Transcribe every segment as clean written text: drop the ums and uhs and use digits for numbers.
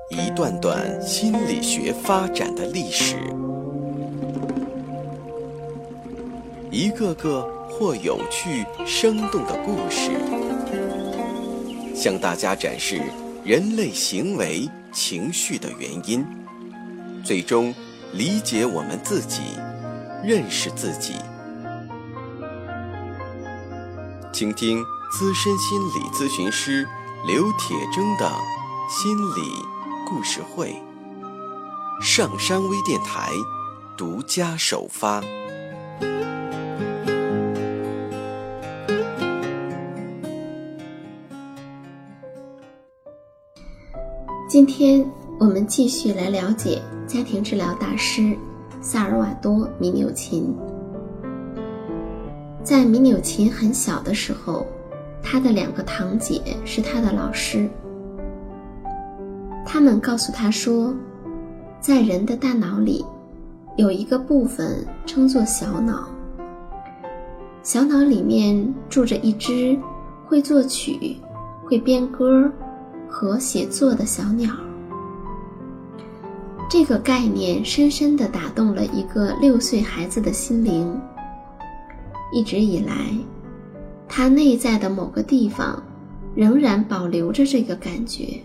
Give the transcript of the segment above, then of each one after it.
一段段心理学发展的历史，一个个或有趣生动的故事，向大家展示人类行为情绪的原因，最终理解我们自己，认识自己。请听资深心理咨询师刘铁铮的心理故事会，上山微电台独家首发。 今天我们继续来了解家庭治疗大师萨尔瓦多·米纽琴。在米纽琴很小的时候，他的2个堂姐是他的老师。他们告诉他说，在人的大脑里有一个部分称作小脑，小脑里面住着一只会作曲、会编歌和写作的小鸟。这个概念深深地打动了一个6岁孩子的心灵。一直以来，他内在的某个地方仍然保留着这个感觉。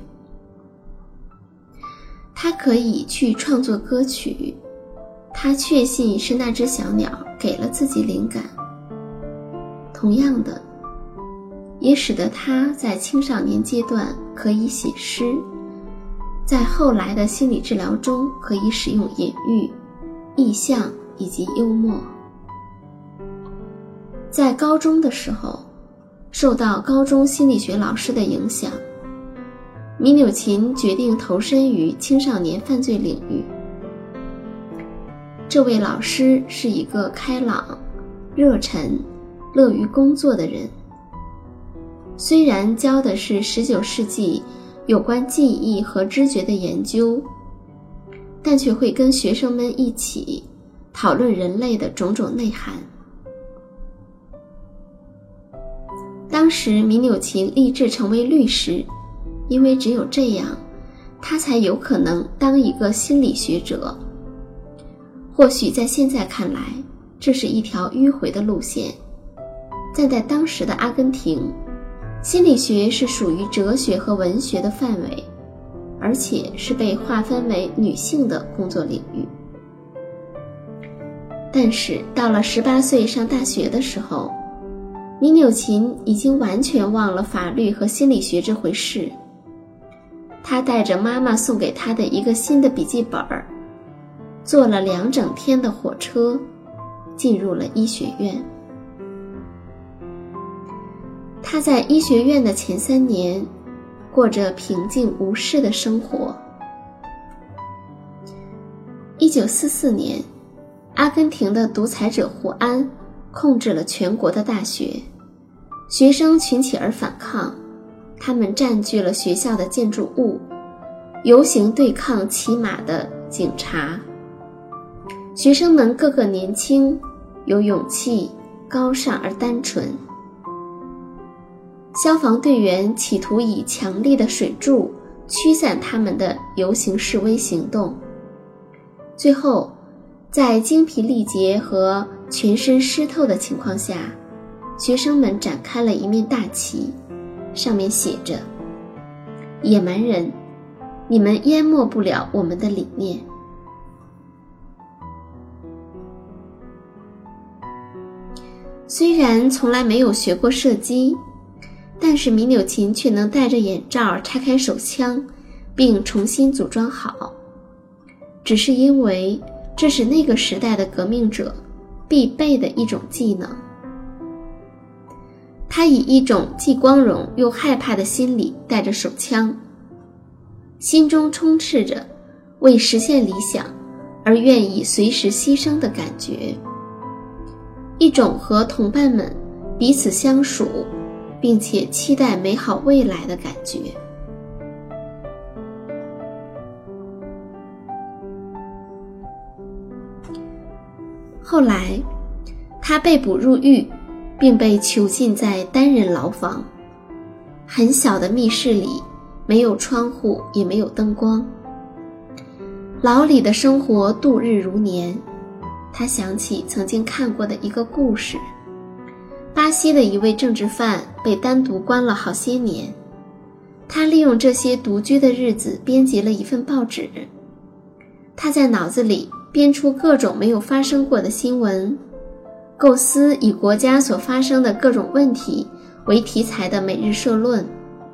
他可以去创作歌曲，他确信是那只小鸟给了自己灵感。同样的，也使得他在青少年阶段可以写诗，在后来的心理治疗中可以使用隐喻、意象以及幽默。在高中的时候，受到高中心理学老师的影响，米纽琴决定投身于青少年犯罪领域。这位老师是一个开朗、热忱、乐于工作的人。虽然教的是19世纪有关记忆和知觉的研究，但却会跟学生们一起讨论人类的种种内涵。当时米纽琴立志成为律师，因为只有这样，他才有可能当一个心理学者。或许在现在看来，这是一条迂回的路线，但在当时的阿根廷，心理学是属于哲学和文学的范围，而且是被划分为女性的工作领域。但是到了18岁上大学的时候，米纽琴已经完全忘了法律和心理学这回事。他带着妈妈送给他的一个新的笔记本，坐了2整天的火车，进入了医学院。他在医学院的前3年过着平静无事的生活。1944年，阿根廷的独裁者胡安控制了全国的大学，学生群起而反抗，他们占据了学校的建筑物，游行对抗骑马的警察。学生们个个年轻，有勇气，高尚而单纯。消防队员企图以强力的水柱驱散他们的游行示威行动。最后，在精疲力竭和全身湿透的情况下，学生们展开了一面大旗，上面写着：野蛮人，你们淹没不了我们的理念。虽然从来没有学过射击，但是米纽琴却能戴着眼罩拆开手枪并重新组装好，只是因为这是那个时代的革命者必备的一种技能。他以一种既光荣又害怕的心理带着手枪，心中充斥着为实现理想而愿意随时牺牲的感觉，一种和同伴们彼此相属并且期待美好未来的感觉。后来，他被捕入狱，并被囚禁在单人牢房。很小的密室里， 没有窗户，也没有灯光。牢里的生活度日如年。他想起曾经看过的一个故事，巴西的一位政治犯被单独关了好些年，他利用这些独居的日子编辑了一份报纸。他在脑子里编出各种没有发生过的新闻，构思以国家所发生的各种问题为题材的每日社论。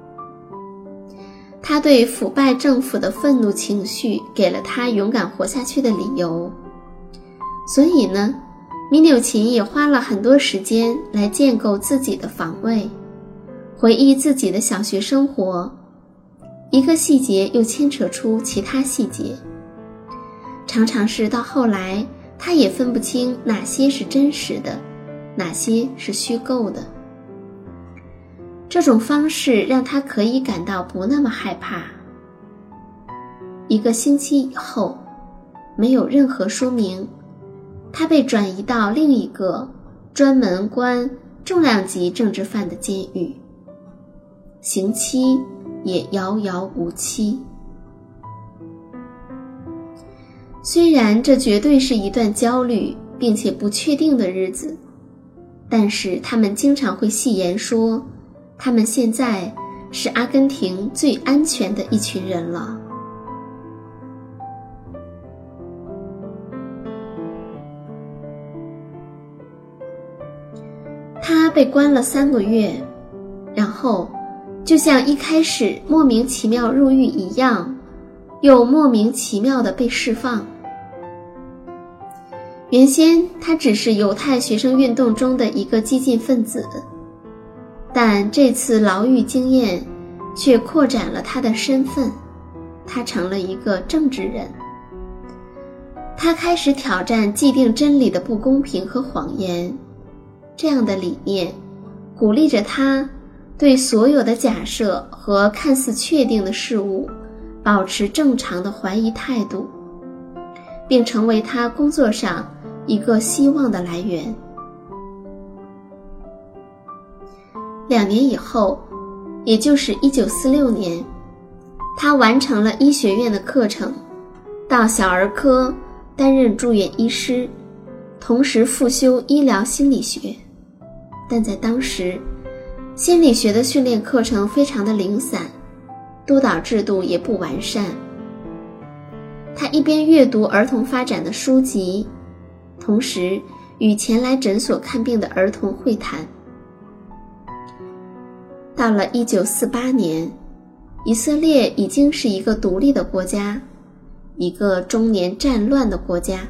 他对腐败政府的愤怒情绪给了他勇敢活下去的理由。所以呢，米纽琴也花了很多时间来建构自己的防卫，回忆自己的小学生活，一个细节又牵扯出其他细节，常常是到后来他也分不清哪些是真实的，哪些是虚构的。这种方式让他可以感到不那么害怕。一个星期以后，没有任何说明，他被转移到另一个专门关重量级政治犯的监狱，刑期也遥遥无期。虽然这绝对是一段焦虑并且不确定的日子，但是他们经常会戏言说，他们现在是阿根廷最安全的一群人了。他被关了3个月，然后就像一开始莫名其妙入狱一样，又莫名其妙地被释放。原先他只是犹太学生运动中的一个激进分子，但这次牢狱经验却扩展了他的身份，他成了一个政治人。他开始挑战既定真理的不公平和谎言，这样的理念鼓励着他对所有的假设和看似确定的事物保持正常的怀疑态度，并成为他工作上一个希望的来源。2年以后，也就是1946年，他完成了医学院的课程，到小儿科担任住院医师，同时复修医疗心理学。但在当时，心理学的训练课程非常的零散，督导制度也不完善。他一边阅读儿童发展的书籍，同时与前来诊所看病的儿童会谈。到了1948年，以色列已经是一个独立的国家，一个终年战乱的国家。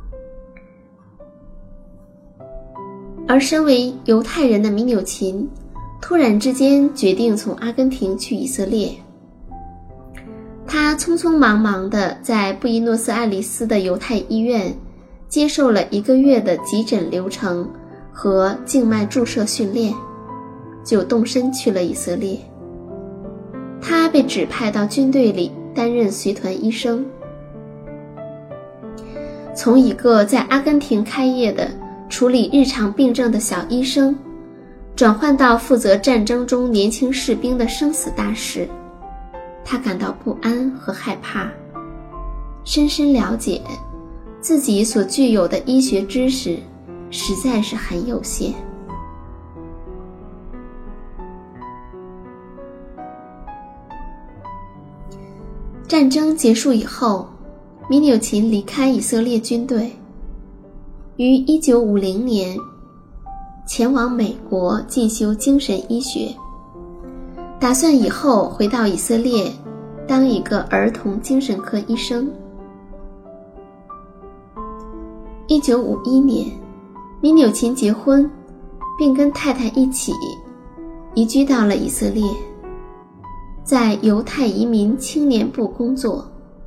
而身为犹太人的米纽琴突然之间决定从阿根廷去以色列。他匆匆忙忙地在布宜诺斯艾利斯的犹太医院接受了1个月的急诊流程和静脉注射训练，就动身去了以色列。他被指派到军队里担任随团医生，从一个在阿根廷开业的处理日常病症的小医生，转换到负责战争中年轻士兵的生死大事。他感到不安和害怕，深深了解自己所具有的医学知识实在是很有限。战争结束以后，米纽琴离开以色列军队，于1950年前往美国进修精神医学，打算以后回到以色列当一个儿童精神科医生。1951年，米纽琴结婚，并跟太太一起移居到了以色列，在犹太移民青年部工作。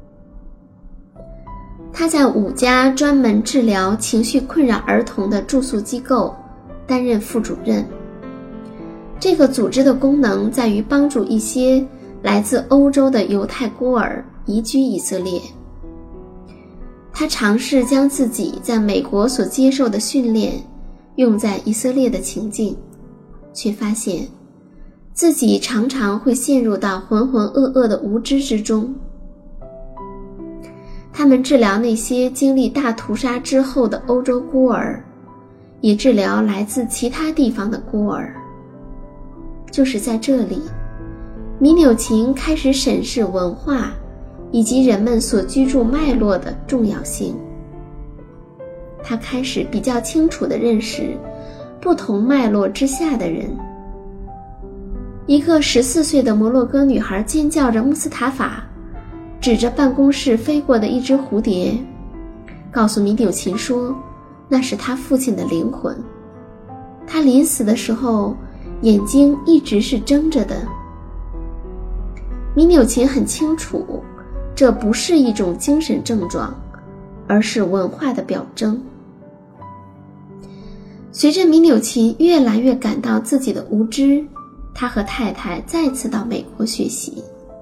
他在5家专门治疗情绪困扰儿童的住宿机构担任副主任。这个组织的功能在于帮助一些来自欧洲的犹太孤儿移居以色列。他尝试将自己在美国所接受的训练用在以色列的情境，却发现自己常常会陷入到浑浑噩噩的无知之中。他们治疗那些经历大屠杀之后的欧洲孤儿，也治疗来自其他地方的孤儿。就是在这里，米纽琴开始审视文化以及人们所居住脉络的重要性。他开始比较清楚地认识不同脉络之下的人。一个14岁的摩洛哥女孩尖叫着穆斯塔法，指着办公室飞过的一只蝴蝶，告诉米纽琴说那是他父亲的灵魂。他临死的时候眼睛一直是睁着的。米纽琴很清楚，这不是一种精神症状，而是文化的表征。随着米纽琴越来越感到自己的无知，他和太太再次到美国学习。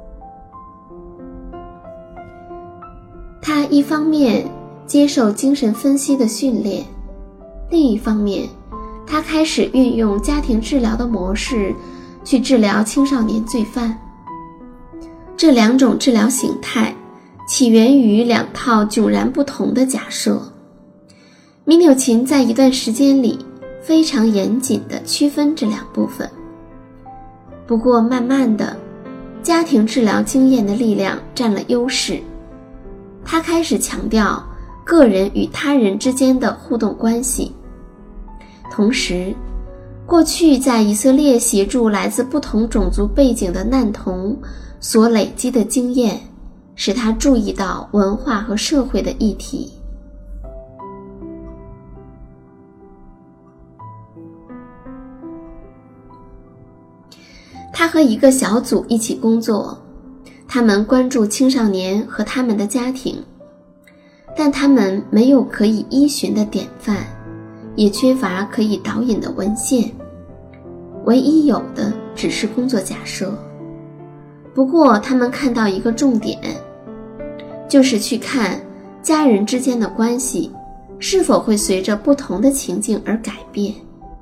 他一方面接受精神分析的训练，另一方面他开始运用家庭治疗的模式去治疗青少年罪犯。这两种治疗形态起源于两套迥然不同的假设。米纽琴在一段时间里非常严谨地区分这两部分。不过慢慢的，家庭治疗经验的力量占了优势。他开始强调个人与他人之间的互动关系。同时，过去在以色列协助来自不同种族背景的难童所累积的经验，使他注意到文化和社会的议题。他和一个小组一起工作，他们关注青少年和他们的家庭，但他们没有可以依循的典范，也缺乏可以导引的文献，唯一有的只是工作假设。不过他们看到一个重点，就是去看家人之间的关系是否会随着不同的情境而改变。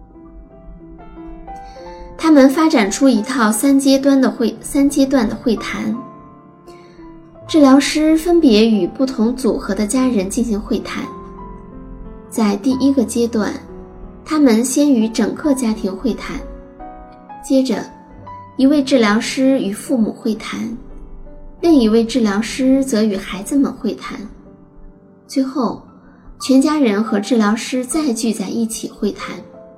他们发展出一套三阶段的会谈，治疗师分别与不同组合的家人进行会谈。在第一个阶段，他们先与整个家庭会谈，接着一位治疗师与父母会谈，另一位治疗师则与孩子们会谈，最后全家人和治疗师再聚在一起会谈。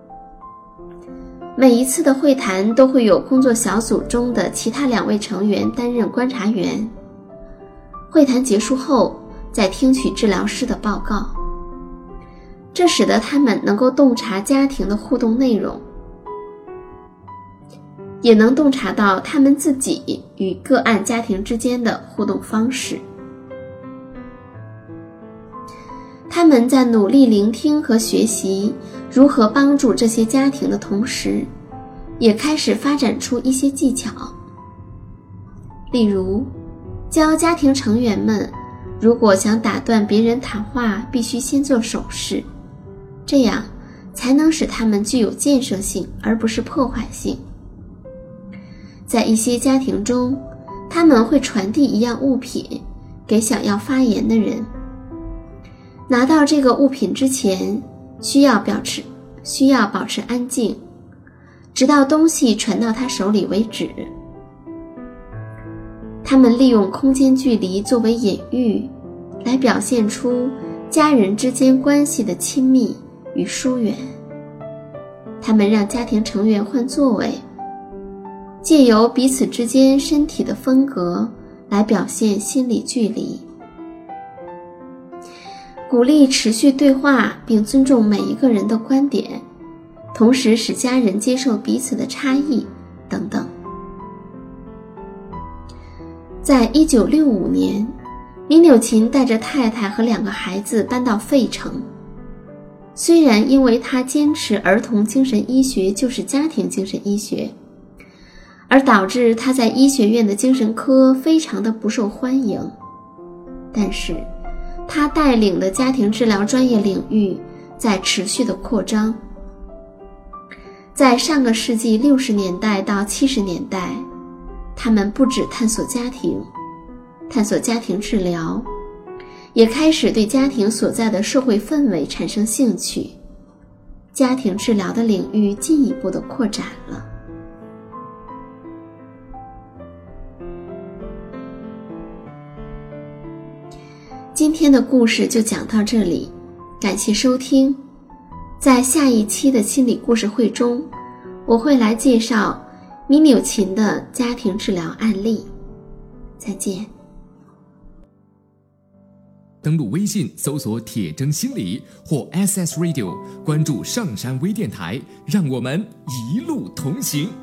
每一次的会谈都会有工作小组中的其他2位成员担任观察员。会谈结束后，再听取治疗师的报告，这使得他们能够洞察家庭的互动内容，也能洞察到他们自己与个案家庭之间的互动方式。他们在努力聆听和学习如何帮助这些家庭的同时，也开始发展出一些技巧。例如，教家庭成员们，如果想打断别人谈话，必须先做手势，这样才能使他们具有建设性，而不是破坏性。在一些家庭中，他们会传递一样物品给想要发言的人。拿到这个物品之前，需要保持安静，直到东西传到他手里为止。他们利用空间距离作为隐喻，来表现出家人之间关系的亲密与疏远。他们让家庭成员换座位，借由彼此之间身体的分隔来表现心理距离。鼓励持续对话，并尊重每一个人的观点，同时使家人接受彼此的差异等等。在1965年，米纽琴带着太太和2个孩子搬到费城。虽然因为他坚持儿童精神医学就是家庭精神医学，而导致他在医学院的精神科非常的不受欢迎，但是他带领的家庭治疗专业领域在持续的扩张。 在上个世纪60年代到70年代，他们不止探索家庭治疗，也开始对家庭所在的社会氛围产生兴趣，家庭治疗的领域进一步的扩展了。今天的故事就讲到这里，感谢收听。在下一期的心理故事会中，我会来介绍米纽琴的家庭治疗案例。再见。 登录微信搜索铁铮心理或 SS Radio， 关注上山微电台，让我们一路同行。